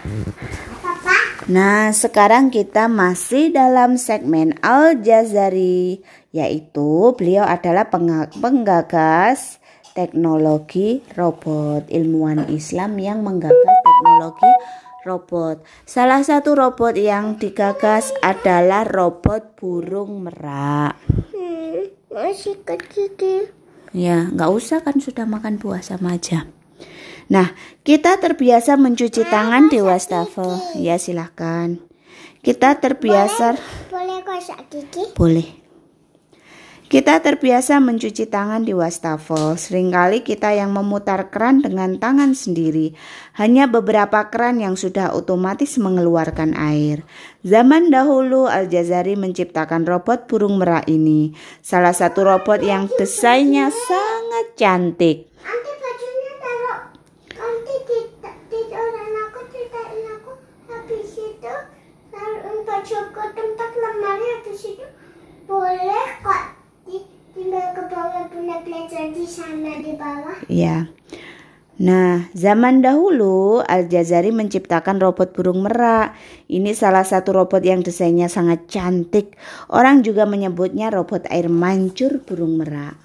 Nah, sekarang kita masih dalam segmen Al-Jazari, yaitu beliau adalah penggagas teknologi robot, ilmuwan Islam yang menggagas teknologi robot. Salah satu robot yang digagas adalah robot burung merak. Masih kecil. Ya, nggak usah kan sudah makan buah sama aja. Nah, kita terbiasa mencuci tangan di wastafel. Ya, silahkan. Kita terbiasa. Boleh gosok gigi? Boleh. Kita terbiasa mencuci tangan di wastafel. Seringkali kita yang memutar keran dengan tangan sendiri. Hanya beberapa keran yang sudah otomatis mengeluarkan air. Zaman dahulu Al-Jazari menciptakan robot burung merak ini. Salah satu robot yang desainnya sangat cantik. Nanti bajunya taruh. Nanti tiduran aku, ceritain aku. Habis itu taruhin baju ke tempat lemari. Habis itu boleh kok. Tinggal ke bawah, Bunda belajar di sana di bawah. Ya. Nah, zaman dahulu Al-Jazari menciptakan robot burung merak. Ini salah satu robot yang desainnya sangat cantik. Orang juga menyebutnya robot air mancur burung merak.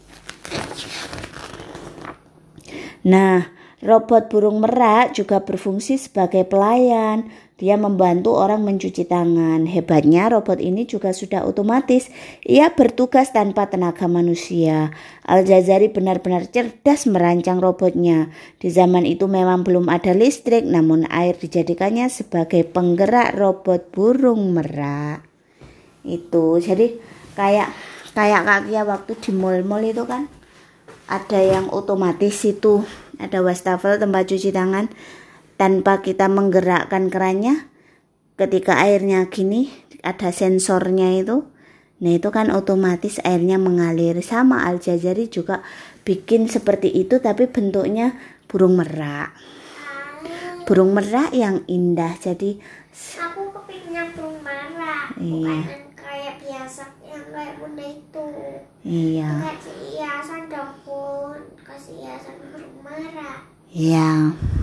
Nah, robot burung merak juga berfungsi sebagai pelayan. Dia membantu orang mencuci tangan. Hebatnya robot ini juga sudah otomatis. Ia bertugas tanpa tenaga manusia. Al-Jazari benar-benar cerdas merancang robotnya. Di zaman itu memang belum ada listrik, namun air dijadikannya sebagai penggerak robot burung merak. Itu jadi kayak Kak Kia waktu di mall-mall itu kan ada yang otomatis itu, ada wastafel tempat cuci tangan. Tanpa kita menggerakkan kerannya, ketika airnya gini ada sensornya itu. Nah itu kan otomatis airnya mengalir. Sama Al-Jazari juga bikin seperti itu tapi bentuknya burung merak. Burung merak yang indah. Jadi aku kepingin burung merak. Iya. Bukan yang kayak biasa yang kayak bunda itu. Iya. Kasih hiasan dong pun. Kasih hiasan burung merak. Iya.